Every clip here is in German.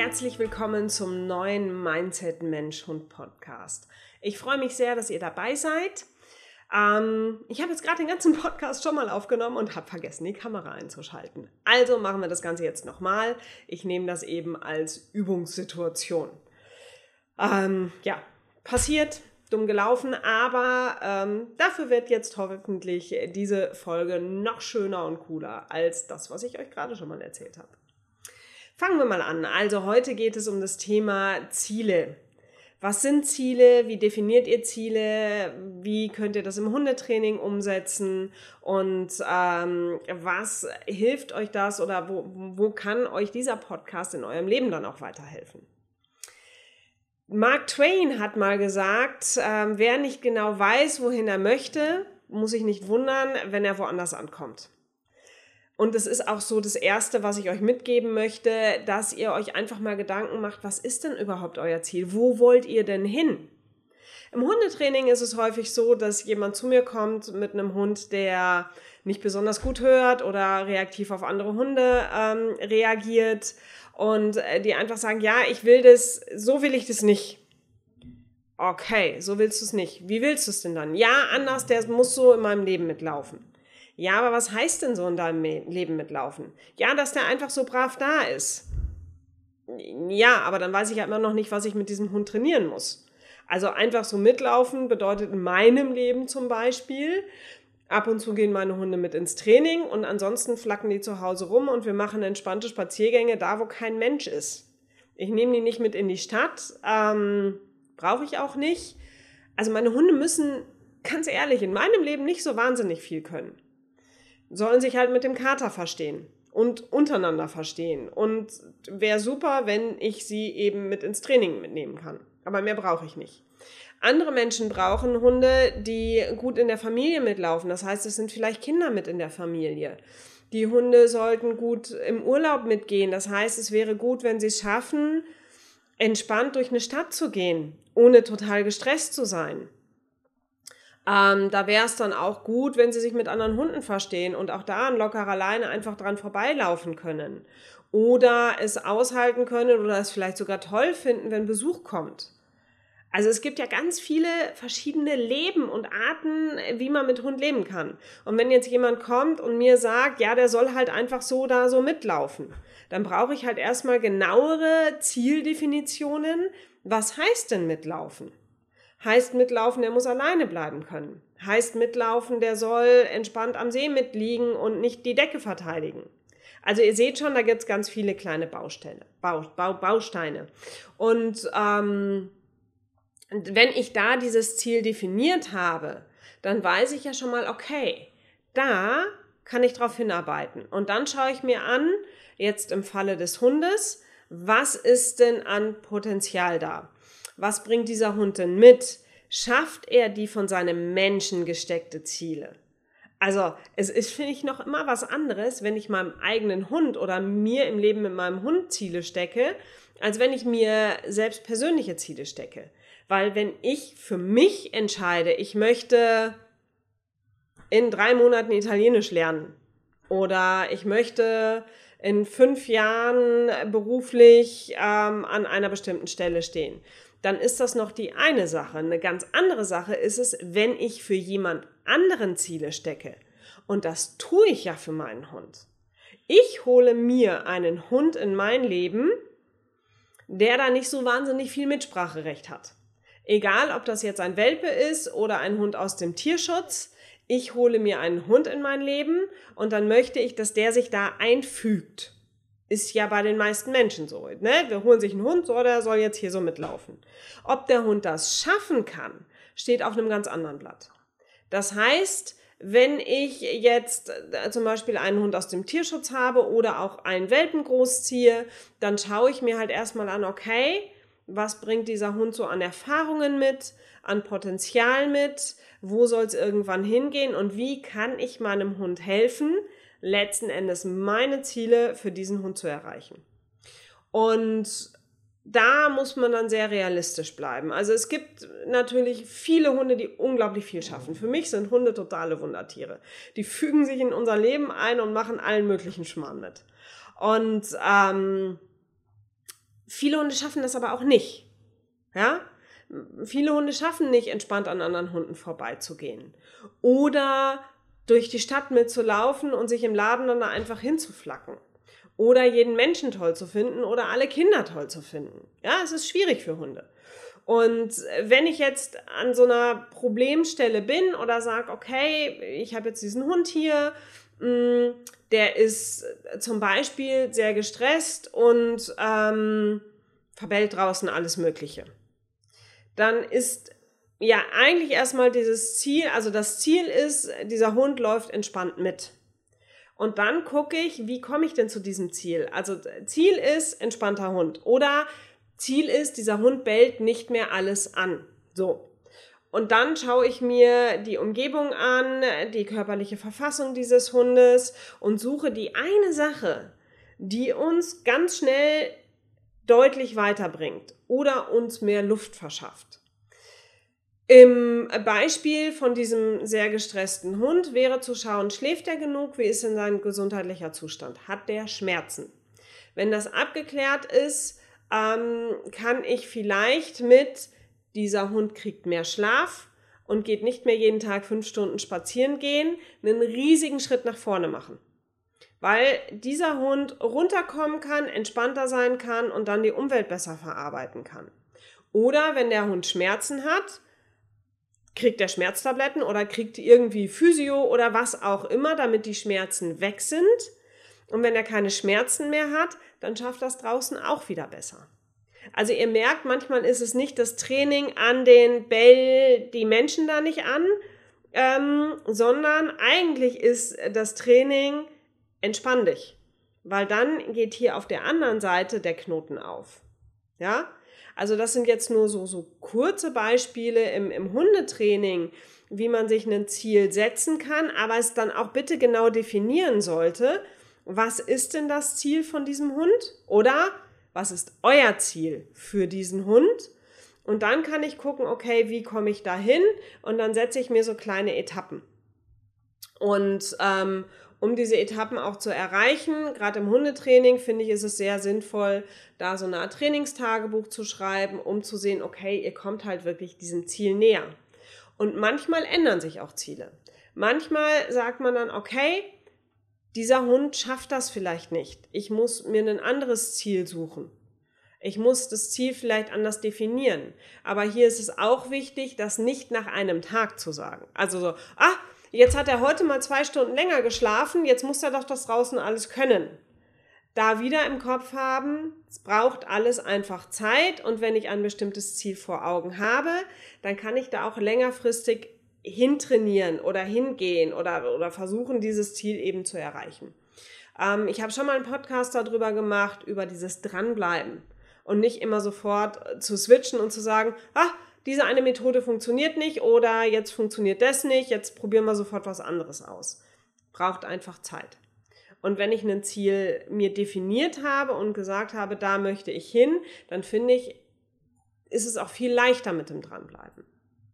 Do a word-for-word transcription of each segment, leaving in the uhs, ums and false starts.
herzlich willkommen zum neuen Mindset Mensch-Hund Podcast. Ich freue mich sehr, dass ihr dabei seid. Ähm, ich habe jetzt gerade den ganzen Podcast schon mal aufgenommen und habe vergessen, die Kamera einzuschalten. Also machen wir das Ganze jetzt nochmal. Ich nehme das eben als Übungssituation. Ähm, ja, passiert, dumm gelaufen, aber ähm, dafür wird jetzt hoffentlich diese Folge noch schöner und cooler als das, was ich euch gerade schon mal erzählt habe. Fangen wir mal an. Also heute geht es um das Thema Ziele. Was sind Ziele? Wie definiert ihr Ziele? Wie könnt ihr das im Hundetraining umsetzen? Und ähm, was hilft euch das oder wo, wo kann euch dieser Podcast in eurem Leben dann auch weiterhelfen? Mark Twain hat mal gesagt, äh, wer nicht genau weiß, wohin er möchte, muss sich nicht wundern, wenn er woanders ankommt. Und das ist auch so das Erste, was ich euch mitgeben möchte, dass ihr euch einfach mal Gedanken macht, was ist denn überhaupt euer Ziel? Wo wollt ihr denn hin? Im Hundetraining ist es häufig so, dass jemand zu mir kommt mit einem Hund, der nicht besonders gut hört oder reaktiv auf andere Hunde ähm, reagiert und die einfach sagen, ja, ich will das, so will ich das nicht. Okay, so willst du es nicht. Wie willst du es denn dann? Ja, anders, der muss so in meinem Leben mitlaufen. Ja, aber was heißt denn so in deinem Leben mitlaufen? Ja, dass der einfach so brav da ist. Ja, aber dann weiß ich halt immer noch nicht, was ich mit diesem Hund trainieren muss. Also einfach so mitlaufen bedeutet in meinem Leben zum Beispiel, ab und zu gehen meine Hunde mit ins Training und ansonsten flacken die zu Hause rum und wir machen entspannte Spaziergänge da, wo kein Mensch ist. Ich nehme die nicht mit in die Stadt, ähm, brauche ich auch nicht. Also meine Hunde müssen, ganz ehrlich, in meinem Leben nicht so wahnsinnig viel können. Sollen sich halt mit dem Kater verstehen und untereinander verstehen. Und wäre super, wenn ich sie eben mit ins Training mitnehmen kann. Aber mehr brauche ich nicht. Andere Menschen brauchen Hunde, die gut in der Familie mitlaufen. Das heißt, es sind vielleicht Kinder mit in der Familie. Die Hunde sollten gut im Urlaub mitgehen. Das heißt, es wäre gut, wenn sie es schaffen, entspannt durch eine Stadt zu gehen, ohne total gestresst zu sein. Ähm, da wäre es dann auch gut, wenn sie sich mit anderen Hunden verstehen und auch da an lockerer Leine einfach dran vorbeilaufen können. Oder es aushalten können oder es vielleicht sogar toll finden, wenn Besuch kommt. Also es gibt ja ganz viele verschiedene Leben und Arten, wie man mit Hund leben kann. Und wenn jetzt jemand kommt und mir sagt, ja, der soll halt einfach so da so mitlaufen, dann brauche ich halt erstmal genauere Zieldefinitionen. Was heißt denn mitlaufen? Heißt mitlaufen, der muss alleine bleiben können. Heißt mitlaufen, der soll entspannt am See mitliegen und nicht die Decke verteidigen. Also ihr seht schon, da gibt es ganz viele kleine Baustelle, Bau, Bau, Bausteine. Und ähm, wenn ich da dieses Ziel definiert habe, dann weiß ich ja schon mal, okay, da kann ich drauf hinarbeiten. Und dann schaue ich mir an, jetzt im Falle des Hundes, was ist denn an Potenzial da? Was bringt dieser Hund denn mit? Schafft er die von seinem Menschen gesteckte Ziele? Also es ist, finde ich, noch immer was anderes, wenn ich meinem eigenen Hund oder mir im Leben mit meinem Hund Ziele stecke, als wenn ich mir selbst persönliche Ziele stecke. Weil wenn ich für mich entscheide, ich möchte in drei Monaten Italienisch lernen oder ich möchte in fünf Jahren beruflich ähm, an einer bestimmten Stelle stehen, dann ist das noch die eine Sache. Eine ganz andere Sache ist es, wenn ich für jemand anderen Ziele stecke. Und das tue ich ja für meinen Hund. Ich hole mir einen Hund in mein Leben, der da nicht so wahnsinnig viel Mitspracherecht hat. Egal, ob das jetzt ein Welpe ist oder ein Hund aus dem Tierschutz, ich hole mir einen Hund in mein Leben und dann möchte ich, dass der sich da einfügt. Ist ja bei den meisten Menschen so. Ne? Wir holen sich einen Hund, so, der soll jetzt hier so mitlaufen. Ob der Hund das schaffen kann, steht auf einem ganz anderen Blatt. Das heißt, wenn ich jetzt äh, zum Beispiel einen Hund aus dem Tierschutz habe oder auch einen Welpen großziehe, dann schaue ich mir halt erstmal an, okay, was bringt dieser Hund so an Erfahrungen mit, an Potenzial mit, wo soll es irgendwann hingehen und wie kann ich meinem Hund helfen, letzten Endes meine Ziele für diesen Hund zu erreichen. Und da muss man dann sehr realistisch bleiben. Also es gibt natürlich viele Hunde, die unglaublich viel schaffen. Für mich sind Hunde totale Wundertiere. Die fügen sich in unser Leben ein und machen allen möglichen Schmarrn mit. Und ähm, Viele Hunde schaffen das aber auch nicht. Ja? Viele Hunde schaffen nicht, entspannt an anderen Hunden vorbeizugehen. Oder durch die Stadt mitzulaufen und sich im Laden dann da einfach hinzuflacken. Oder jeden Menschen toll zu finden oder alle Kinder toll zu finden. Ja, es ist schwierig für Hunde. Und wenn ich jetzt an so einer Problemstelle bin oder sage, okay, ich habe jetzt diesen Hund hier, der ist zum Beispiel sehr gestresst und ähm, verbellt draußen alles Mögliche, dann ist ja eigentlich erstmal dieses Ziel, also das Ziel ist, dieser Hund läuft entspannt mit. Und dann gucke ich, wie komme ich denn zu diesem Ziel? Also Ziel ist entspannter Hund oder Ziel ist, dieser Hund bellt nicht mehr alles an. So. Und dann schaue ich mir die Umgebung an, die körperliche Verfassung dieses Hundes und suche die eine Sache, die uns ganz schnell deutlich weiterbringt oder uns mehr Luft verschafft. Im Beispiel von diesem sehr gestressten Hund wäre zu schauen, schläft er genug, wie ist denn sein gesundheitlicher Zustand, hat der Schmerzen? Wenn das abgeklärt ist, ähm, kann ich vielleicht mit dieser Hund kriegt mehr Schlaf und geht nicht mehr jeden Tag fünf Stunden spazieren gehen, einen riesigen Schritt nach vorne machen. Weil dieser Hund runterkommen kann, entspannter sein kann und dann die Umwelt besser verarbeiten kann. Oder wenn der Hund Schmerzen hat, kriegt er Schmerztabletten oder kriegt irgendwie Physio oder was auch immer, damit die Schmerzen weg sind. Und wenn er keine Schmerzen mehr hat, dann schafft das draußen auch wieder besser. Also ihr merkt, manchmal ist es nicht das Training an den Bell die Menschen da nicht an, ähm, sondern eigentlich ist das Training entspann dich, weil dann geht hier auf der anderen Seite der Knoten auf. Ja? Also das sind jetzt nur so, so kurze Beispiele im, im Hundetraining, wie man sich ein Ziel setzen kann, aber es dann auch bitte genau definieren sollte, was ist denn das Ziel von diesem Hund oder was ist euer Ziel für diesen Hund? Und dann kann ich gucken, okay, wie komme ich da hin? Und dann setze ich mir so kleine Etappen. Und ähm, um diese Etappen auch zu erreichen, gerade im Hundetraining, finde ich, ist es sehr sinnvoll, da so eine Art Trainingstagebuch zu schreiben, um zu sehen, okay, ihr kommt halt wirklich diesem Ziel näher. Und manchmal ändern sich auch Ziele. Manchmal sagt man dann, okay, dieser Hund schafft das vielleicht nicht. Ich muss mir ein anderes Ziel suchen. Ich muss das Ziel vielleicht anders definieren. Aber hier ist es auch wichtig, das nicht nach einem Tag zu sagen. Also so, ah, jetzt hat er heute mal zwei Stunden länger geschlafen, jetzt muss er doch das draußen alles können. Da wieder im Kopf haben, es braucht alles einfach Zeit und wenn ich ein bestimmtes Ziel vor Augen habe, dann kann ich da auch längerfristig hintrainieren oder hingehen oder, oder versuchen, dieses Ziel eben zu erreichen. Ähm, ich habe schon mal einen Podcast darüber gemacht, über dieses Dranbleiben und nicht immer sofort zu switchen und zu sagen, ah, diese eine Methode funktioniert nicht oder jetzt funktioniert das nicht, jetzt probieren wir sofort was anderes aus. Braucht einfach Zeit. Und wenn ich ein Ziel mir definiert habe und gesagt habe, da möchte ich hin, dann finde ich, ist es auch viel leichter mit dem Dranbleiben.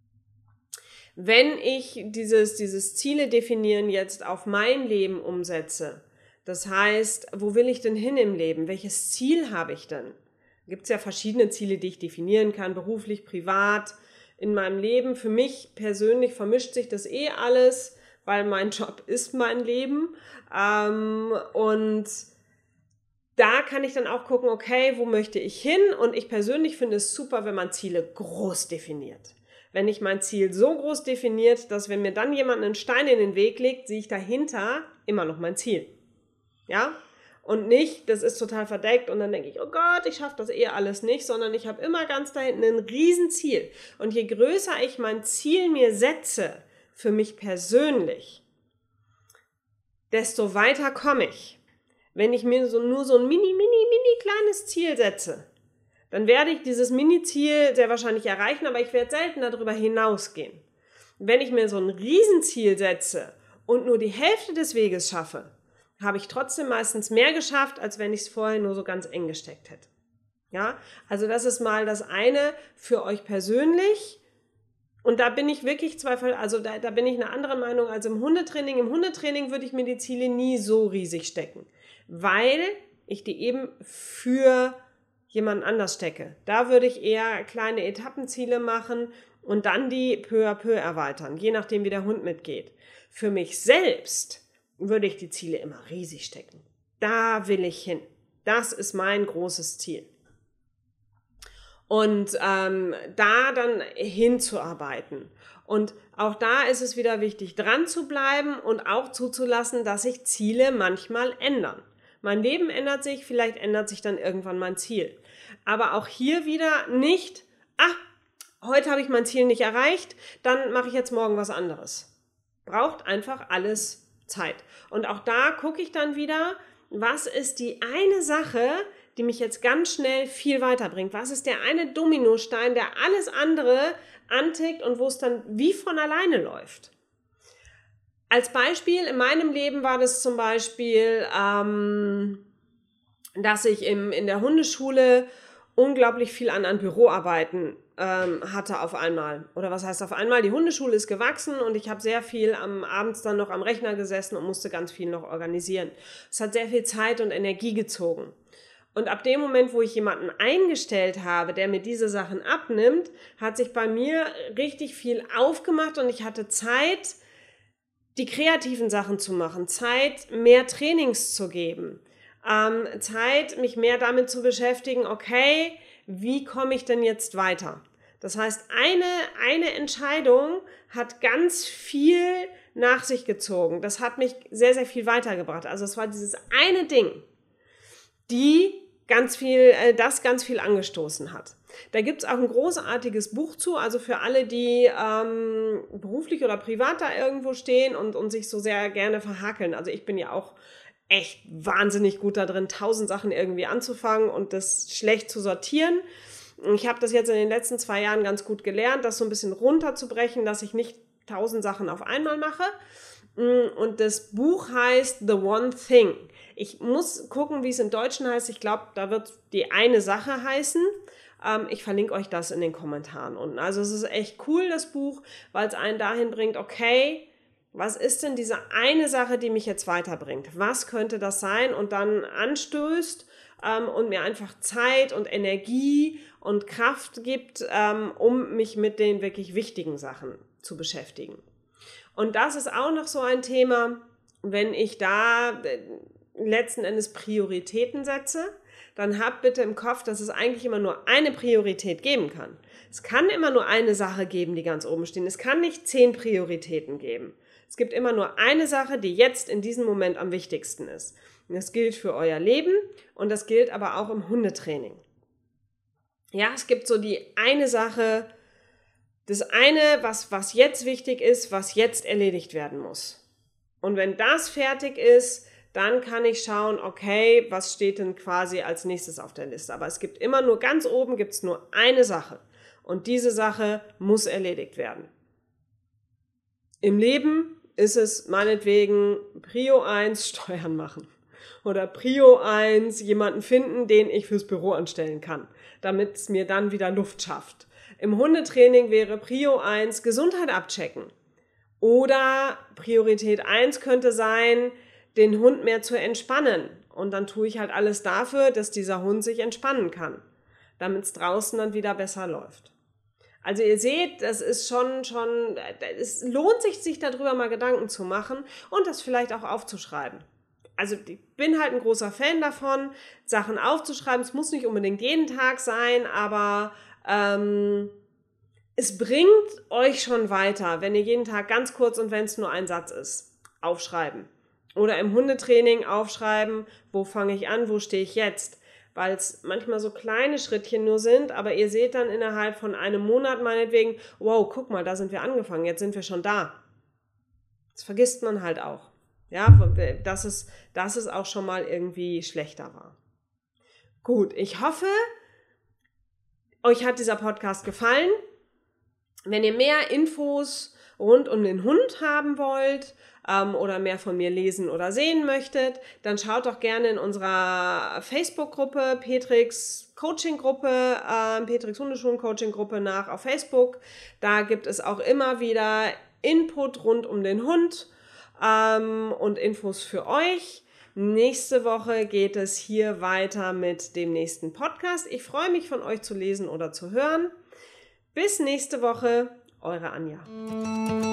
Wenn ich dieses, dieses Ziele definieren jetzt auf mein Leben umsetze, das heißt, wo will ich denn hin im Leben? Welches Ziel habe ich denn? Gibt es ja verschiedene Ziele, die ich definieren kann, beruflich, privat, in meinem Leben. Für mich persönlich vermischt sich das eh alles, weil mein Job ist mein Leben. Ähm, und da kann ich dann auch gucken, okay, wo möchte ich hin? Und ich persönlich finde es super, wenn man Ziele groß definiert. Wenn ich mein Ziel so groß definiert, dass wenn mir dann jemand einen Stein in den Weg legt, sehe ich dahinter immer noch mein Ziel. Ja? Und nicht, das ist total verdeckt und dann denke ich, oh Gott, ich schaffe das eh alles nicht, sondern ich habe immer ganz da hinten ein Riesenziel. Und je größer ich mein Ziel mir setze, für mich persönlich, desto weiter komme ich. Wenn ich mir so, nur so ein mini, mini, mini kleines Ziel setze, dann werde ich dieses Mini-Ziel sehr wahrscheinlich erreichen, aber ich werde selten darüber hinausgehen. Wenn ich mir so ein Riesenziel setze und nur die Hälfte des Weges schaffe, habe ich trotzdem meistens mehr geschafft, als wenn ich es vorher nur so ganz eng gesteckt hätte. Ja, also das ist mal das eine für euch persönlich. Und da bin ich wirklich zweifel, also da, da bin ich eine andere Meinung als im Hundetraining. Im Hundetraining würde ich mir die Ziele nie so riesig stecken, weil ich die eben für jemand anders stecke. Da würde ich eher kleine Etappenziele machen und dann die peu à peu erweitern, je nachdem, wie der Hund mitgeht. Für mich selbst würde ich die Ziele immer riesig stecken. Da will ich hin. Das ist mein großes Ziel. Und ähm, da dann hinzuarbeiten. Und auch da ist es wieder wichtig, dran zu bleiben und auch zuzulassen, dass sich Ziele manchmal ändern. Mein Leben ändert sich, vielleicht ändert sich dann irgendwann mein Ziel. Aber auch hier wieder nicht, ah, heute habe ich mein Ziel nicht erreicht, dann mache ich jetzt morgen was anderes. Braucht einfach alles Zeit. Und auch da gucke ich dann wieder, was ist die eine Sache, die mich jetzt ganz schnell viel weiterbringt? Was ist der eine Dominostein, der alles andere antickt und wo es dann wie von alleine läuft? Als Beispiel, in meinem Leben war das zum Beispiel, ähm, dass ich im, in der Hundeschule unglaublich viel an, an Büroarbeiten ähm, hatte auf einmal. Oder was heißt auf einmal? Die Hundeschule ist gewachsen und ich habe sehr viel am abends dann noch am Rechner gesessen und musste ganz viel noch organisieren. Es hat sehr viel Zeit und Energie gezogen. Und ab dem Moment, wo ich jemanden eingestellt habe, der mir diese Sachen abnimmt, hat sich bei mir richtig viel aufgemacht und ich hatte Zeit, die kreativen Sachen zu machen, Zeit, mehr Trainings zu geben, ähm, Zeit, mich mehr damit zu beschäftigen, okay, wie komme ich denn jetzt weiter? Das heißt, eine, eine Entscheidung hat ganz viel nach sich gezogen. Das hat mich sehr, sehr viel weitergebracht. Also es war dieses eine Ding, die ganz viel, äh, das ganz viel angestoßen hat. Da gibt's auch ein großartiges Buch zu, also für alle, die ähm, beruflich oder privat da irgendwo stehen und, und sich so sehr gerne verhakeln. Also ich bin ja auch echt wahnsinnig gut da drin, tausend Sachen irgendwie anzufangen und das schlecht zu sortieren. Ich habe das jetzt in den letzten zwei Jahren ganz gut gelernt, das so ein bisschen runterzubrechen, dass ich nicht tausend Sachen auf einmal mache. Und das Buch heißt The One Thing. Ich muss gucken, wie es im Deutschen heißt. Ich glaube, da wird die eine Sache heißen. Ähm, ich verlinke euch das in den Kommentaren unten. Also es ist echt cool, das Buch, weil es einen dahin bringt, okay, was ist denn diese eine Sache, die mich jetzt weiterbringt? Was könnte das sein? Und dann anstößt ähm, und mir einfach Zeit und Energie und Kraft gibt, ähm, um mich mit den wirklich wichtigen Sachen zu beschäftigen. Und das ist auch noch so ein Thema, wenn ich da letzten Endes Prioritäten setze, dann habt bitte im Kopf, dass es eigentlich immer nur eine Priorität geben kann. Es kann immer nur eine Sache geben, die ganz oben steht. Es kann nicht zehn Prioritäten geben. Es gibt immer nur eine Sache, die jetzt in diesem Moment am wichtigsten ist. Und das gilt für euer Leben und das gilt aber auch im Hundetraining. Ja, es gibt so die eine Sache, das eine, was, was jetzt wichtig ist, was jetzt erledigt werden muss. Und wenn das fertig ist, dann kann ich schauen, okay, was steht denn quasi als nächstes auf der Liste. Aber es gibt immer nur, ganz oben gibt es nur eine Sache. Und diese Sache muss erledigt werden. Im Leben ist es meinetwegen Prio eins, Steuern machen. Oder Prio eins, jemanden finden, den ich fürs Büro anstellen kann, damit es mir dann wieder Luft schafft. Im Hundetraining wäre Prio eins, Gesundheit abchecken. Oder Priorität eins könnte sein, den Hund mehr zu entspannen. Und dann tue ich halt alles dafür, dass dieser Hund sich entspannen kann, damit es draußen dann wieder besser läuft. Also ihr seht, das ist schon, schon, es lohnt sich, sich darüber mal Gedanken zu machen und das vielleicht auch aufzuschreiben. Also ich bin halt ein großer Fan davon, Sachen aufzuschreiben. Es muss nicht unbedingt jeden Tag sein, aber ähm, es bringt euch schon weiter, wenn ihr jeden Tag ganz kurz und wenn es nur ein Satz ist, aufschreiben. Oder im Hundetraining aufschreiben, wo fange ich an, wo stehe ich jetzt. Weil es manchmal so kleine Schrittchen nur sind, aber ihr seht dann innerhalb von einem Monat meinetwegen, wow, guck mal, da sind wir angefangen, jetzt sind wir schon da. Das vergisst man halt auch. Ja, dass es, dass es auch schon mal irgendwie schlechter war. Gut, ich hoffe, euch hat dieser Podcast gefallen. Wenn ihr mehr Infos rund um den Hund haben wollt ähm, oder mehr von mir lesen oder sehen möchtet, dann schaut doch gerne in unserer Facebook-Gruppe, Petrix Coaching-Gruppe, ähm, Petrix Hundeschulen-Coaching-Gruppe nach auf Facebook. Da gibt es auch immer wieder Input rund um den Hund ähm, und Infos für euch. Nächste Woche geht es hier weiter mit dem nächsten Podcast. Ich freue mich, von euch zu lesen oder zu hören. Bis nächste Woche, eure Anja.